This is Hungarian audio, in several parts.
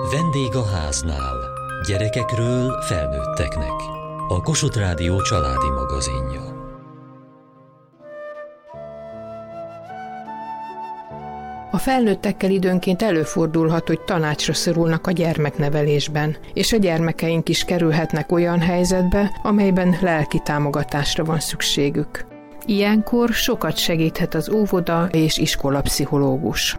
Vendég a háznál. Gyerekekről felnőtteknek. A Kossuth Rádió családi magazinja. A felnőttekkel időnként előfordulhat, hogy tanácsra szorulnak a gyermeknevelésben, és a gyermekeink is kerülhetnek olyan helyzetbe, amelyben lelki támogatásra van szükségük. Ilyenkor sokat segíthet az óvoda és iskolapszichológus.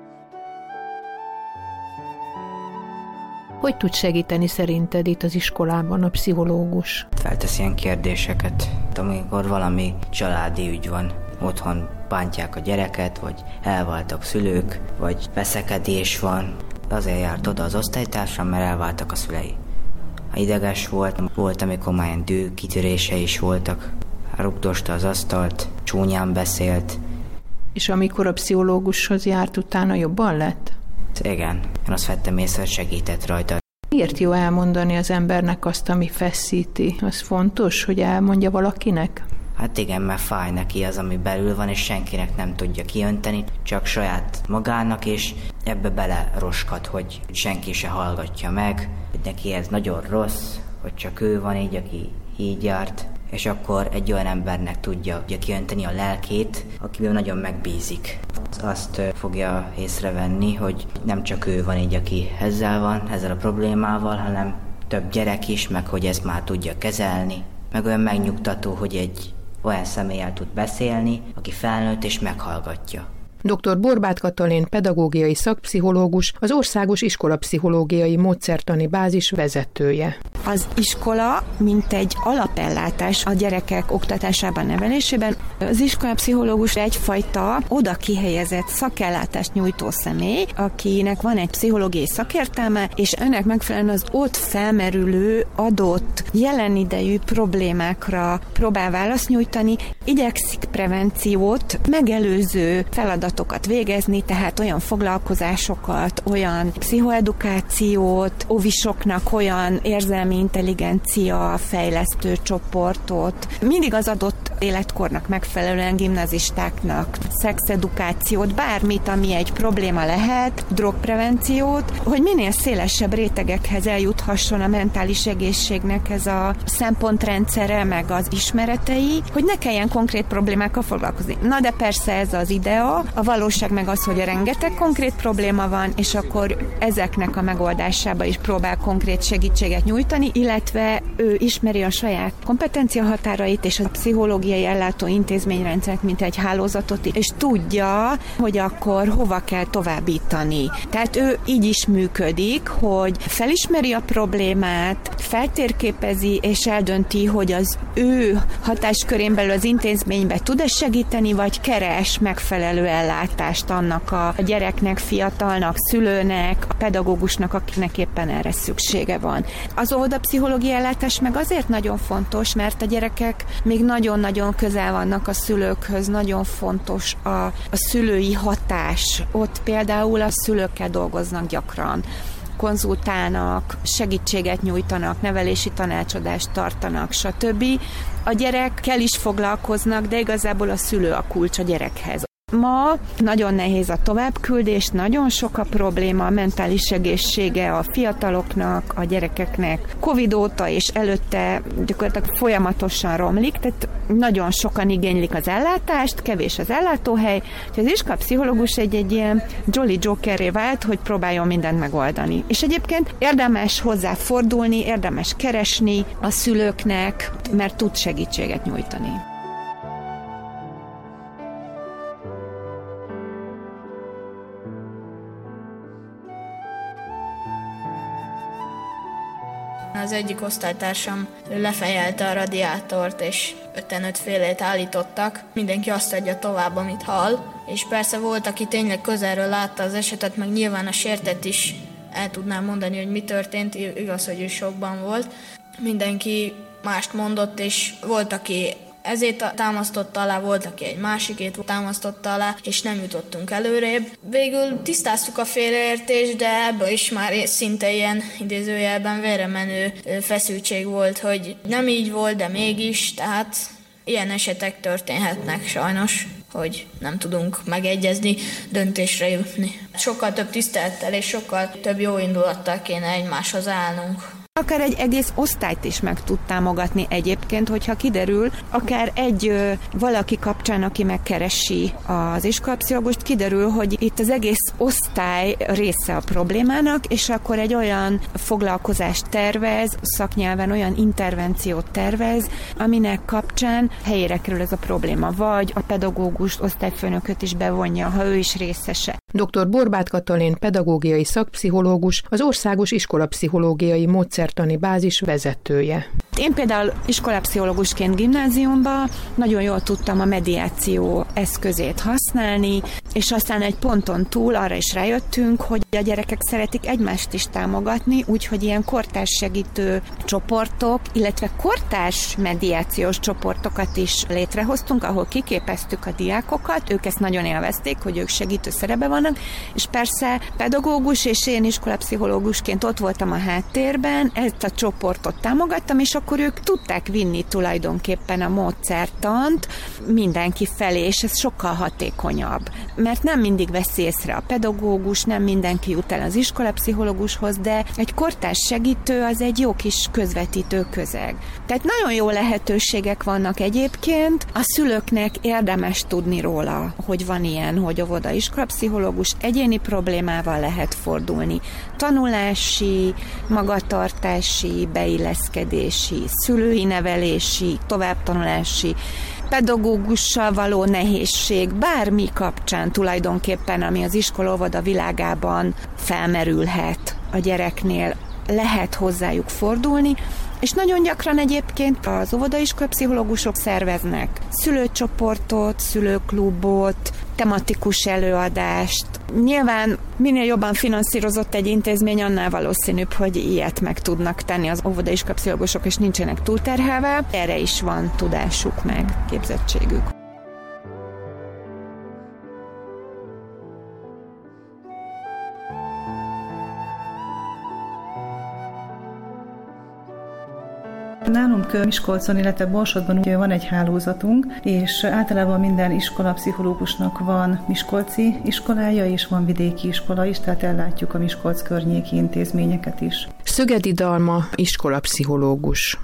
Hogy tud segíteni szerinted itt az iskolában a pszichológus? Feltesz ilyen kérdéseket, amikor valami családi ügy van. Otthon bántják a gyereket, vagy elváltak szülők, vagy veszekedés van. Azért járt oda az osztálytársam, mert elváltak a szülei. Ideges volt, amikor már ilyen kitörése is voltak. Rugdosta az asztalt, csúnyán beszélt. És amikor a pszichológushoz járt, utána jobban lett? Igen, én azt vettem észre, hogy segített rajta. Miért jó elmondani az embernek azt, ami feszíti? Az fontos, hogy elmondja valakinek? Hát igen, mert fáj neki az, ami belül van, és senkinek nem tudja kiönteni, csak saját magának, és ebbe beleroskad, hogy senki se hallgatja meg, hogy neki ez nagyon rossz, hogy csak ő van így, aki így járt, és akkor egy olyan embernek tudja kiönteni a lelkét, akiből nagyon megbízik. Azt fogja észrevenni, hogy nem csak ő van így, aki ezzel a problémával, hanem több gyerek is, meg hogy ezt már tudja kezelni. Meg olyan megnyugtató, hogy egy olyan személlyel tud beszélni, aki felnőtt és meghallgatja. Dr. Borbáth Katalin pedagógiai szakpszichológus, az Országos Iskolapszichológiai Módszertani Bázis vezetője. Az iskola, mint egy alapellátás a gyerekek oktatásában, nevelésében, az iskolapszichológus egyfajta oda kihelyezett szakellátást nyújtó személy, akinek van egy pszichológiai szakértelme, és ennek megfelelően az ott felmerülő adott jelen idejű problémákra próbál választ nyújtani, igyekszik prevenciót, megelőző feladatokat végezni, tehát olyan foglalkozásokat, olyan pszichoedukációt, óvisoknak olyan érzelmi intelligencia fejlesztő csoportot, mindig az adott életkornak megfelelően gimnazistáknak szexedukációt, bármit, ami egy probléma lehet, drogprevenciót, hogy minél szélesebb rétegekhez eljuthasson a mentális egészségnek ez a szempontrendszere, meg az ismeretei, hogy ne kelljen konkrét problémákkal foglalkozni. Na de persze ez az idea, a valóság meg az, hogy rengeteg konkrét probléma van, és akkor ezeknek a megoldásába is próbál konkrét segítséget nyújtani, illetve ő ismeri a saját kompetencia határait és a pszichológiai ellátó intézményrendszert, mint egy hálózatot, és tudja, hogy akkor hova kell továbbítani. Tehát ő így is működik, hogy felismeri a problémát, feltérképezi és eldönti, hogy az ő hatáskörén belül az intézménybe tud-e segíteni, vagy keres megfelelő ellátást annak a gyereknek, fiatalnak, szülőnek, a pedagógusnak, akinek éppen erre szüksége van. Az óvodapszichológiai ellátás meg azért nagyon fontos, mert a gyerekek még nagyon-nagyon közel vannak a szülőkhöz, nagyon fontos a szülői hatás. Ott például a szülőkkel dolgoznak gyakran, konzultálnak, segítséget nyújtanak, nevelési tanácsadást tartanak, stb. A gyerekkel is foglalkoznak, de igazából a szülő a kulcs a gyerekhez. Ma nagyon nehéz a továbbküldés, nagyon sok a probléma, a mentális egészsége a fiataloknak, a gyerekeknek. Covid óta és előtte gyakorlatilag folyamatosan romlik, tehát nagyon sokan igénylik az ellátást, kevés az ellátóhely, úgyhogy az iskolapszichológus egy ilyen jolly jokerré vált, hogy próbáljon mindent megoldani. És egyébként érdemes hozzáfordulni, érdemes keresni a szülőknek, mert tud segítséget nyújtani. Az egyik osztálytársam lefejelte a radiátort, és 5 félét állítottak. Mindenki azt adja tovább, amit hall. És persze volt, aki tényleg közelről látta az esetet, meg nyilván a sértett is el tudná mondani, hogy mi történt. Igaz, hogy ő sokban volt. Mindenki mást mondott, és volt, aki ezért támasztotta alá, volt, aki egy másikét támasztotta alá, és nem jutottunk előrébb. Végül tisztáztuk a félreértést, de ebből is már szinte ilyen idézőjelben vérremenő feszültség volt, hogy nem így volt, de mégis, tehát ilyen esetek történhetnek sajnos. hogy nem tudunk megegyezni, döntésre jutni. Sokkal több tisztelettel és sokkal több jó indulattal kéne egymáshoz állnunk. Akár egy egész osztályt is meg tud támogatni egyébként, hogyha kiderül, akár egy valaki kapcsán, aki megkeresi az iskolapszichológust, kiderül, hogy itt az egész osztály része a problémának, és akkor egy olyan foglalkozást tervez, szaknyelven olyan intervenciót tervez, aminek kapcsán helyére kerül ez a probléma, vagy a pedagógust, osztályfőnököt is bevonja, ha ő is részese. Dr. Borbáth Katalin pedagógiai szakpszichológus, az Országos Iskolapszichológiai Módszertani Bázis vezetője. Én például iskolapszichológusként gimnáziumban nagyon jól tudtam a mediáció eszközét használni, és aztán egy ponton túl arra is rájöttünk, hogy a gyerekek szeretik egymást is támogatni, úgyhogy ilyen kortárs segítő csoportok, illetve kortárs mediációs csoportokat is létrehoztunk, ahol kiképeztük a diákokat, ők ezt nagyon élvezték, hogy ők segítő szerepben vannak, és persze pedagógus és én iskolapszichológusként ott voltam a háttérben, ezt a csoportot támogattam, és akkor ők tudták vinni tulajdonképpen a módszertant mindenki felé, és ez sokkal hatékonyabb. Mert nem mindig veszi észre a pedagógus, nem mindenki jut el az iskolapszichológushoz, de egy kortárs segítő az egy jó kis közvetítő közeg. Tehát nagyon jó lehetőségek vannak egyébként, a szülőknek érdemes tudni róla, hogy van ilyen, hogy óvoda iskolapszichológus, egyéni problémával lehet fordulni. Tanulási, magatartási, beilleszkedési, szülői nevelési, továbbtanulási, pedagógussal való nehézség, bármi kapcsán tulajdonképpen, ami az iskola-óvoda világában felmerülhet a gyereknél, lehet hozzájuk fordulni, és nagyon gyakran egyébként az óvodaiskolapszichológusok szerveznek szülőcsoportot, szülőklubot, tematikus előadást. Nyilván minél jobban finanszírozott egy intézmény, annál valószínűbb, hogy ilyet meg tudnak tenni az óvodaiskolapszichológusok, és nincsenek túlterhelve. Erre is van tudásuk meg, képzettségük. Nálunk Miskolcon, illetve Borsodban ugye van egy hálózatunk, és általában minden iskolapszichológusnak van miskolci iskolája, és van vidéki iskola is, tehát ellátjuk a Miskolc környéki intézményeket is. Szögedi Dalma iskolapszichológus.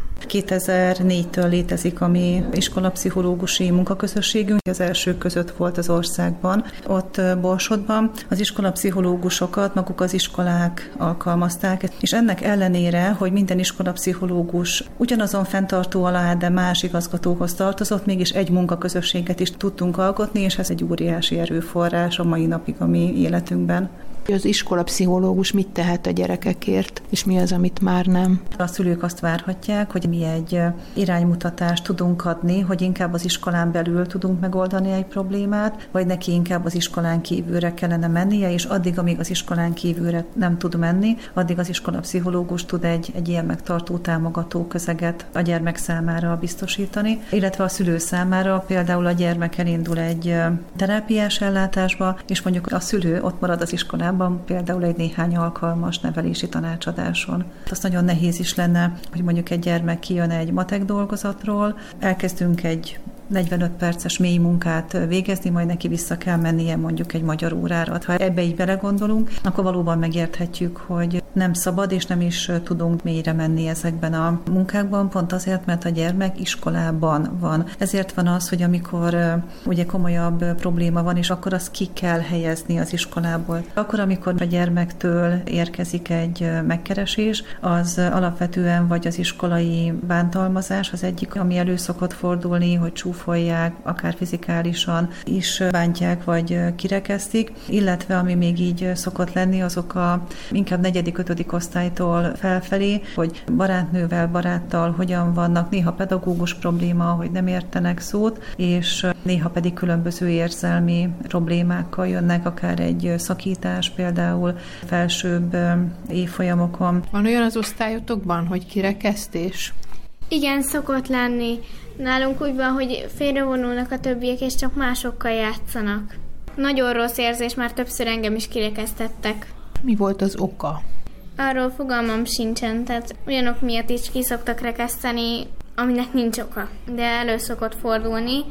2004-től létezik a mi iskolapszichológusi munkaközösségünk, az elsők között volt az országban. Ott Borsodban az iskolapszichológusokat maguk az iskolák alkalmazták, és ennek ellenére, hogy minden iskolapszichológus ugyanazon fenntartó alá, de más igazgatóhoz tartozott, mégis egy munkaközösséget is tudtunk alkotni, és ez egy óriási erőforrás a mai napig a mi életünkben. Az iskolapszichológus mit tehet a gyerekekért, és mi az, amit már nem? A szülők azt várhatják, hogy mi egy iránymutatást tudunk adni, hogy inkább az iskolán belül tudunk megoldani egy problémát, vagy neki inkább az iskolán kívülre kellene mennie, és addig, amíg az iskolán kívülre nem tud menni, addig az iskolapszichológus tud egy ilyen megtartó, támogató közeget a gyermek számára biztosítani, illetve a szülő számára például a gyermek elindul egy terápiás ellátásba, és mondjuk a szülő ott marad az iskolában, például egy néhány alkalmas nevelési tanácsadáson. Az nagyon nehéz is lenne, hogy mondjuk egy gyermek kijön egy matek dolgozatról, elkezdünk egy 45 perces mély munkát végezni, majd neki vissza kell mennie mondjuk egy magyar órára. Ha ebbe így belegondolunk, akkor valóban megérthetjük, hogy nem szabad és nem is tudunk mélyre menni ezekben a munkákban, pont azért, mert a gyermek iskolában van. Ezért van az, hogy amikor ugye komolyabb probléma van, és akkor azt ki kell helyezni az iskolából. Akkor, amikor a gyermektől érkezik egy megkeresés, az alapvetően vagy az iskolai bántalmazás az egyik, ami elő szokott fordulni, hogy csúfolják, akár fizikálisan is bántják, vagy kirekesztik, illetve ami még így szokott lenni, azok inkább 4., 5. osztálytól felfelé, hogy barátnővel, baráttal hogyan vannak, néha pedagógus probléma, hogy nem értenek szót, és néha pedig különböző érzelmi problémákkal jönnek, akár egy szakítás például felsőbb évfolyamokon. Van olyan az osztályotokban, hogy kirekesztés? Igen, szokott lenni. Nálunk úgy van, hogy félrevonulnak a többiek, és csak másokkal játszanak. Nagyon rossz érzés, már többször engem is kirekesztettek. Mi volt az oka? Arról fogalmam sincsen, tehát olyanok miatt is ki szoktak rekeszteni, aminek nincs oka. De elő szokott fordulni,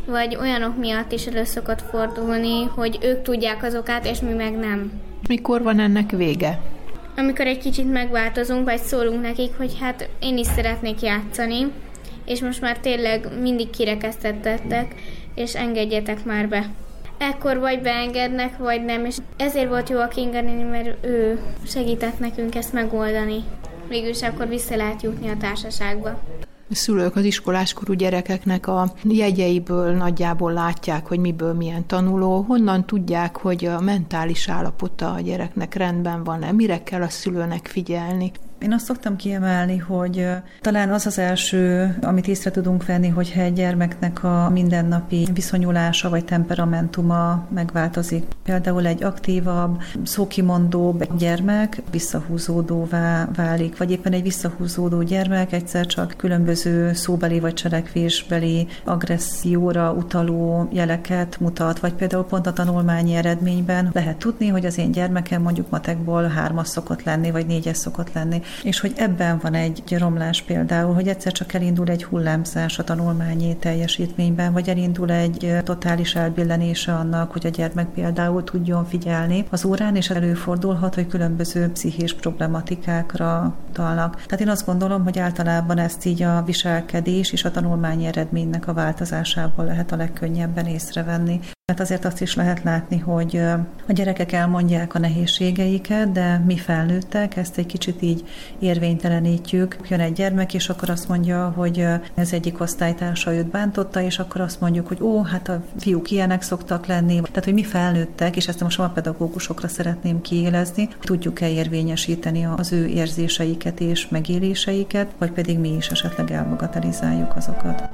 vagy olyanok miatt is elő szokott fordulni, hogy ők tudják az okát, és mi meg nem. Mikor van ennek vége? Amikor egy kicsit megváltozunk, vagy szólunk nekik, hogy hát én is szeretnék játszani, és most már tényleg mindig kirekesztettek, és engedjetek már be. Ekkor vagy beengednek, vagy nem, és ezért volt jó a Kinga néni, mert ő segített nekünk ezt megoldani. Végülis akkor vissza lehet jutni a társaságba. A szülők az iskoláskorú gyerekeknek a jegyeiből nagyjából látják, hogy miből milyen tanuló, honnan tudják, hogy a mentális állapota a gyereknek rendben van-e, mire kell a szülőnek figyelni. Én azt szoktam kiemelni, hogy talán az az első, amit észre tudunk venni, hogyha egy gyermeknek a mindennapi viszonyulása vagy temperamentuma megváltozik. Például egy aktívabb, szókimondóbb gyermek visszahúzódóvá válik, vagy éppen egy visszahúzódó gyermek egyszer csak különböző szóbeli vagy cselekvésbeli agresszióra utaló jeleket mutat, vagy például pont a tanulmányi eredményben lehet tudni, hogy az én gyermekem mondjuk matekból 3-as szokott lenni, vagy 4-es szokott lenni. És hogy ebben van egy romlás például, hogy egyszer csak elindul egy hullámzás a tanulmányi teljesítményben, vagy elindul egy totális elbillenése annak, hogy a gyermek például tudjon figyelni az órán, és előfordulhat, hogy különböző pszichés problematikákra utalnak. Tehát én azt gondolom, hogy általában ezt így a viselkedés és a tanulmányi eredménynek a változásával lehet a legkönnyebben észrevenni. Mert azért azt is lehet látni, hogy a gyerekek elmondják a nehézségeiket, de mi felnőttek ezt egy kicsit így érvénytelenítjük. Jön egy gyermek, és akkor azt mondja, hogy az egyik osztálytársa őt bántotta, és akkor azt mondjuk, hogy hát a fiúk ilyenek szoktak lenni. Tehát, hogy mi felnőttek, és ezt most a pedagógusokra szeretném kiélezni, tudjuk-e érvényesíteni az ő érzéseiket és megéléseiket, vagy pedig mi is esetleg elbagatelizáljuk azokat.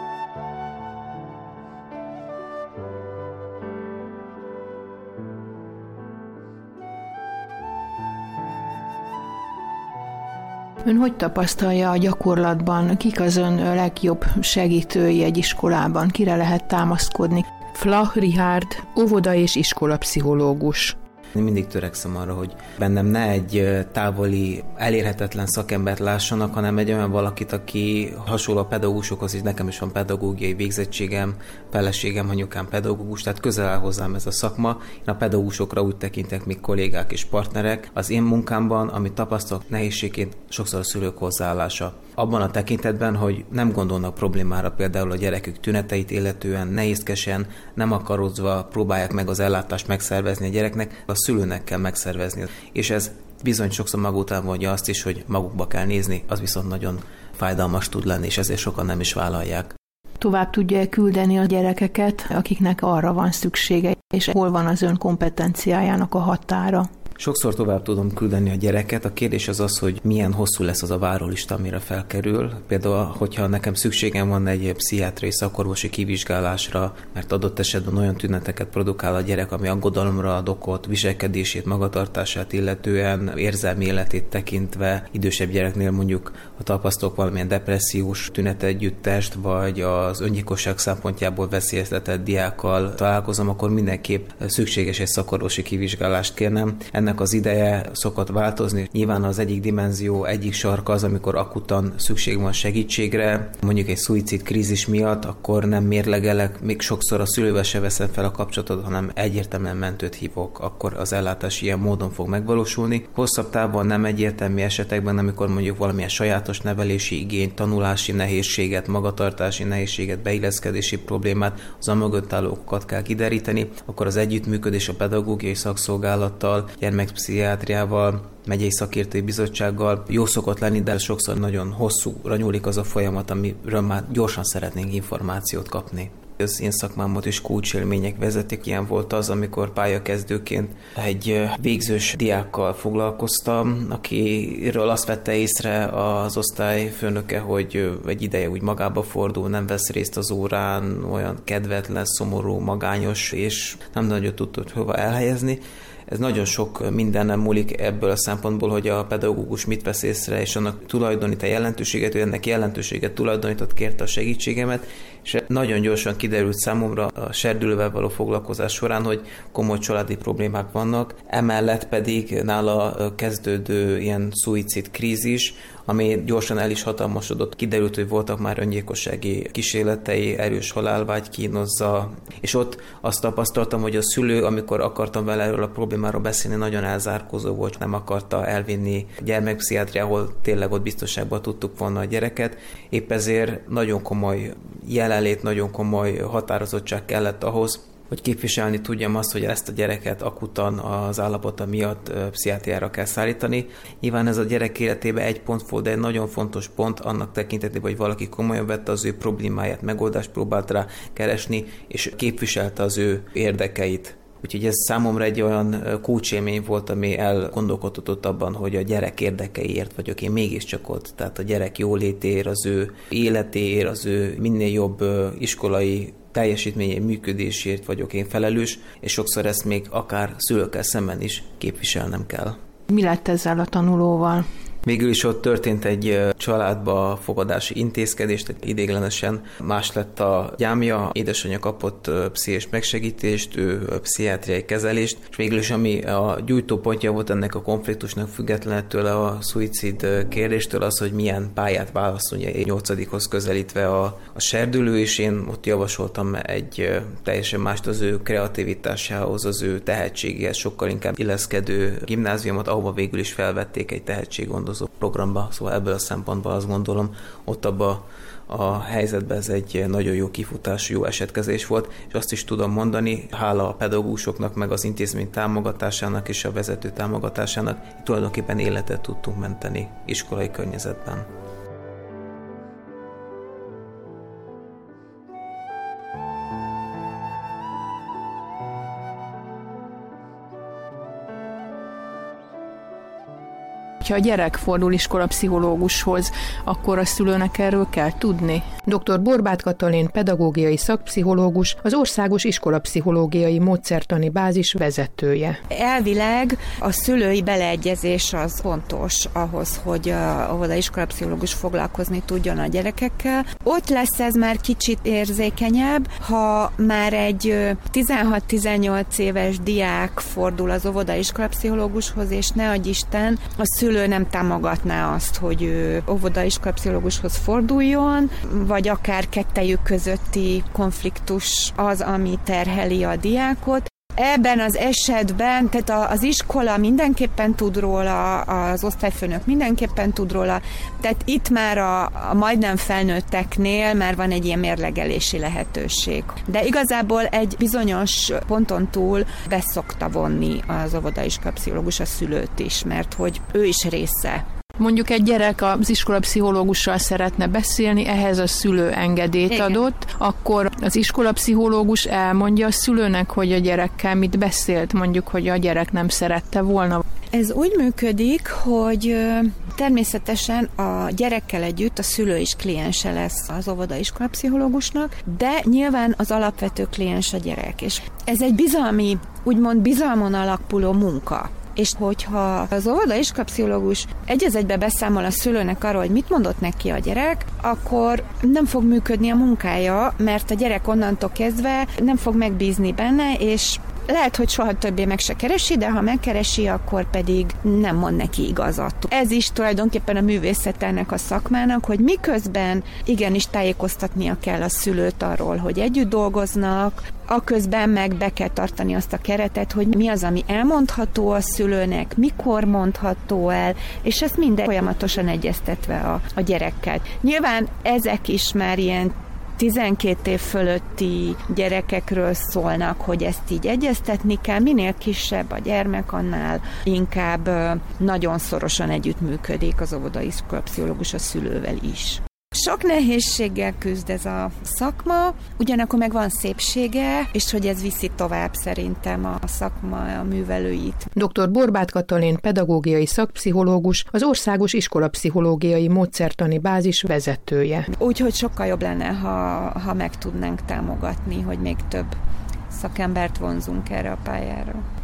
Ön hogy tapasztalja a gyakorlatban, kik az ön legjobb segítői egy iskolában, kire lehet támaszkodni? Flach Richárd, óvoda és iskolapszichológus. Én mindig törekszem arra, hogy bennem ne egy távoli, elérhetetlen szakembert lássanak, hanem egy olyan valakit, aki hasonló a pedagógusokhoz, és nekem is van pedagógiai végzettségem, feleségem, anyukám pedagógus, tehát közel áll hozzám ez a szakma. Én a pedagógusokra úgy tekintek, mint kollégák és partnerek. Az én munkámban, amit tapasztalok nehézségként, sokszor a szülők hozzáállása. Abban a tekintetben, hogy nem gondolnak problémára például a gyerekük tüneteit illetően, nehézkesen, nem akarózva próbálják meg az ellátást megszervezni a gyereknek, a szülőnek kell megszervezni. És ez bizony sokszor maga után vonja azt is, hogy magukba kell nézni, az viszont nagyon fájdalmas tud lenni, és ezért sokan nem is vállalják. Tovább tudja küldeni a gyerekeket, akiknek arra van szüksége, és hol van az ön kompetenciájának a határa? Sokszor tovább tudom küldeni a gyereket. A kérdés az az, hogy milyen hosszú lesz az a várólista, amire felkerül. Például, hogyha nekem szükségem van egy pszichiátriai szakorvosi kivizsgálásra, mert adott esetben olyan tüneteket produkál a gyerek, ami aggodalomra ad okot, viselkedését, magatartását illetően, érzelmi életét tekintve, idősebb gyereknél mondjuk, ha tapasztalok valamilyen depressziós tünetegyüttest, vagy az öngyilkosság szempontjából veszélyeztetett diákkal találkozom, akkor mindenképp szükséges egy szakorvosi kivizsgálást kérnem. Ennek az ideje szokott változni. Nyilván az egyik dimenzió, egyik sarka az, amikor akutan szükség van segítségre, mondjuk egy szuicid krízis miatt, akkor nem mérlegelek, még sokszor a szülővel se veszem fel a kapcsolatot, hanem egyértelműen mentőt hívok, akkor az ellátás ilyen módon fog megvalósulni. Hosszabb távon nem egyértelmű esetekben, amikor mondjuk valamilyen sajátos nevelési igényt, tanulási nehézséget, magatartási nehézséget, beilleszkedési problémát, az amögött álló okokat kell kideríteni, akkor az együttműködés a pedagógiai szakszolgálattal, gyermekpszichiátriával, megyei szakértői bizottsággal jó szokott lenni, de sokszor nagyon hosszúra nyúlik az a folyamat, amiről már gyorsan szeretnénk információt kapni. Az én szakmámot is kulcsélmények vezetik. Ilyen volt az, amikor pályakezdőként egy végzős diákkal foglalkoztam, akiről azt vette észre az osztályfőnöke, hogy egy ideje úgy magába fordul, nem vesz részt az órán, olyan kedvetlen, szomorú, magányos, és nem nagyon tudta, hogy hova elhelyezni. Ez nagyon sok mindennem múlik ebből a szempontból, hogy a pedagógus mit vesz észre, és annak tulajdonít a jelentőséget, hogy ennek jelentőséget tulajdonított, kérte a segítségemet, és nagyon gyorsan kiderült számomra a serdülővel való foglalkozás során, hogy komoly családi problémák vannak, emellett pedig nála kezdődő ilyen szuicid krízis, ami gyorsan el is hatalmasodott. Kiderült, hogy voltak már öngyilkossági kísérletei, erős halálvágy kínozza, és ott azt tapasztaltam, hogy a szülő, amikor akartam vele erről a problémáról beszélni, nagyon elzárkózó volt, nem akarta elvinni gyermekpszichiátriához, ahol tényleg ott biztonságban tudtuk volna a gyereket. Épp ezért nagyon komoly jelenlét, nagyon komoly határozottság kellett ahhoz, hogy képviselni tudjam azt, hogy ezt a gyereket akutan az állapota miatt pszichiátriára kell szállítani. Nyilván ez a gyerek életében egy pont volt, de egy nagyon fontos pont annak tekintetében, hogy valaki komolyan vette az ő problémáját, megoldást próbált rá keresni, és képviselte az ő érdekeit. Úgyhogy ez számomra egy olyan kulcsélmény volt, ami elgondolkodtatott abban, hogy a gyerek érdekeiért vagyok én mégiscsak ott. Tehát a gyerek jólétéért, az ő életéért, az ő minél jobb iskolai teljesítménye, működésért vagyok én felelős, és sokszor ezt még akár szülőkkel szemben is képviselnem kell. Mi lett ezzel a tanulóval? Végül is ott történt egy családba fogadási intézkedés, tehát ideiglenesen más lett a gyámja, édesanyja kapott pszichés megsegítést, ő pszichiátriai kezelést, és végül is ami a gyújtópontja volt ennek a konfliktusnak függetlenül a szuicid kérdéstől az, hogy milyen pályát válaszol, ugye 8-hoz közelítve a serdülő, és én ott javasoltam egy teljesen mást az ő kreativitásához, az ő tehetségéhez sokkal inkább illeszkedő gimnáziumot, ahova végül is felvették egy tehetséggondozó programba, szóval ebből a szempontból azt gondolom, ott abban a helyzetben ez egy nagyon jó kifutás, jó esetkezés volt, és azt is tudom mondani, hála a pedagógusoknak, meg az intézmény támogatásának és a vezető támogatásának, tulajdonképpen életet tudtunk menteni iskolai környezetben. Ha a gyerek fordul iskolapszichológushoz, akkor a szülőnek erről kell tudni? Dr. Borbáth Katalin pedagógiai szakpszichológus, az Országos Iskolapszichológiai Módszertani Bázis vezetője. Elvileg a szülői beleegyezés az fontos ahhoz, hogy a iskolapszichológus foglalkozni tudjon a gyerekekkel. Ott lesz ez már kicsit érzékenyebb, ha már egy 16-18 éves diák fordul az óvodai iskolapszichológushoz, és ne adj Isten, a szülő nem támogatná azt, hogy ő óvodai iskolapszichológushoz forduljon, vagy akár kettejük közötti konfliktus az, ami terheli a diákot. Ebben az esetben, tehát az iskola mindenképpen tud róla, az osztályfőnök mindenképpen tud róla, tehát itt már a majdnem felnőtteknél már van egy ilyen mérlegelési lehetőség. De igazából egy bizonyos ponton túl beszokta vonni az óvodai iskolapszichológus a szülőt is, mert hogy ő is része. Mondjuk egy gyerek az iskolapszichológussal szeretne beszélni, ehhez a szülő engedélyt adott, akkor az iskolapszichológus elmondja a szülőnek, hogy a gyerekkel mit beszélt, mondjuk, hogy a gyerek nem szerette volna. Ez úgy működik, hogy természetesen a gyerekkel együtt a szülő is kliense lesz az óvodai iskolapszichológusnak, de nyilván az alapvető kliens a gyerek. És ez egy bizalmi, úgymond bizalmon alapuló munka. És hogyha az óvodai iskolapszichológus egy-egybe beszámol a szülőnek arról, hogy mit mondott neki a gyerek, akkor nem fog működni a munkája, mert a gyerek onnantól kezdve nem fog megbízni benne, és lehet, hogy soha többé meg se keresi, de ha megkeresi, akkor pedig nem mond neki igazat. Ez is tulajdonképpen a művészet ennek a szakmának, hogy miközben igenis tájékoztatnia kell a szülőt arról, hogy együtt dolgoznak, aközben meg be kell tartani azt a keretet, hogy mi az, ami elmondható a szülőnek, mikor mondható el, és ezt minden folyamatosan egyeztetve a gyerekkel. Nyilván ezek is már ilyen 12 év fölötti gyerekekről szólnak, hogy ezt így egyeztetni kell, minél kisebb a gyermek, annál inkább nagyon szorosan együttműködik az óvodai iskolapszichológus a szülővel is. Sok nehézséggel küzd ez a szakma, ugyanakkor meg van szépsége, és hogy ez viszi tovább szerintem a szakma a művelőit. Dr. Borbáth Katalin pedagógiai szakpszichológus, az Országos Iskolapszichológiai Módszertani Bázis vezetője. Úgyhogy sokkal jobb lenne, ha meg tudnánk támogatni, hogy még több szakembert vonzunk erre a pályára.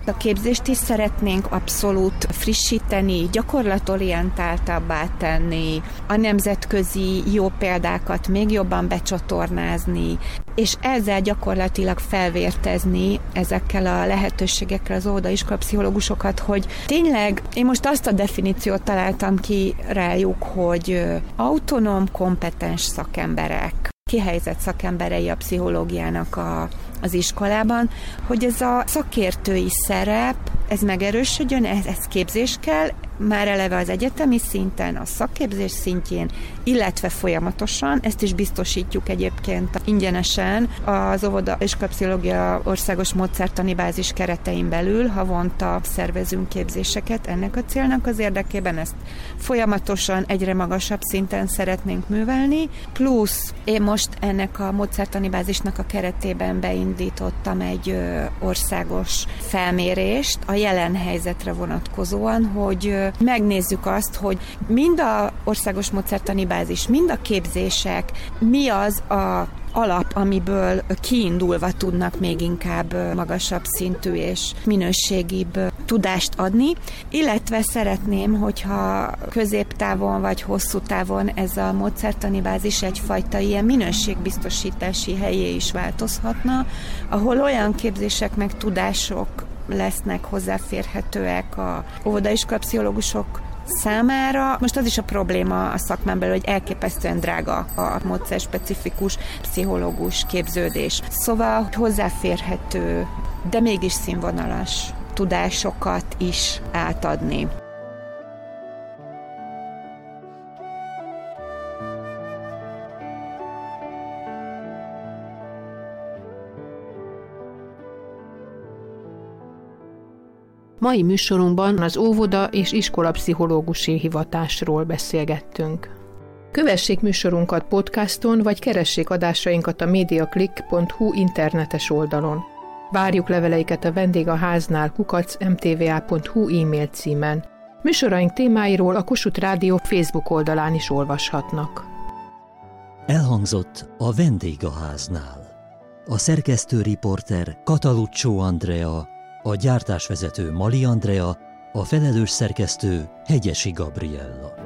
A képzést is szeretnénk abszolút frissíteni, gyakorlatorientáltabbá tenni, a nemzetközi jó példákat még jobban becsatornázni, és ezzel gyakorlatilag felvértezni ezekkel a lehetőségekkel az óvodaiskolapszichológusokat, hogy tényleg én most azt a definíciót találtam ki rájuk, hogy autonóm, kompetens szakemberek, kihelyezett szakemberei a pszichológiának az iskolában, hogy ez a szakértői szerep, ez megerősödjön, ez képzés kell, már eleve az egyetemi szinten, a szakképzés szintjén, illetve folyamatosan, ezt is biztosítjuk egyébként ingyenesen az óvodaiskolapszichológia országos módszertani bázis keretein belül, havonta szervezünk képzéseket ennek a célnak az érdekében, ezt folyamatosan egyre magasabb szinten szeretnénk művelni, plusz én most ennek a módszertani bázisnak a keretében beindítottam egy országos felmérést a jelen helyzetre vonatkozóan, hogy megnézzük azt, hogy mind a országos módszertani bázis, mind a képzések, mi az a alap, amiből kiindulva tudnak még inkább magasabb szintű és minőségibb tudást adni, illetve szeretném, hogyha középtávon vagy hosszú távon ez a módszertani bázis egyfajta ilyen minőségbiztosítási helyé is változhatna, ahol olyan képzések meg tudások lesznek hozzáférhetőek a óvodaiskolapszichológusok számára. Most az is a probléma a szakmán belül, hogy elképesztően drága a módszerspecifikus pszichológus képződés. Szóval hozzáférhető, de mégis színvonalas tudásokat is átadni. Mai műsorunkban az óvoda és iskolapszichológusi hivatásról beszélgettünk. Kövessék műsorunkat podcaston, vagy keressék adásainkat a mediaclick.hu internetes oldalon. Várjuk leveleiket a vendégháznál @mtva.hu e-mail címen. Műsoraink témáiról a Kossuth Rádió Facebook oldalán is olvashatnak. Elhangzott a vendégháznál. A szerkesztő-riporter Kataluccio Andrea, a gyártásvezető Mali Andrea, a felelős szerkesztő Hegyesi Gabriella.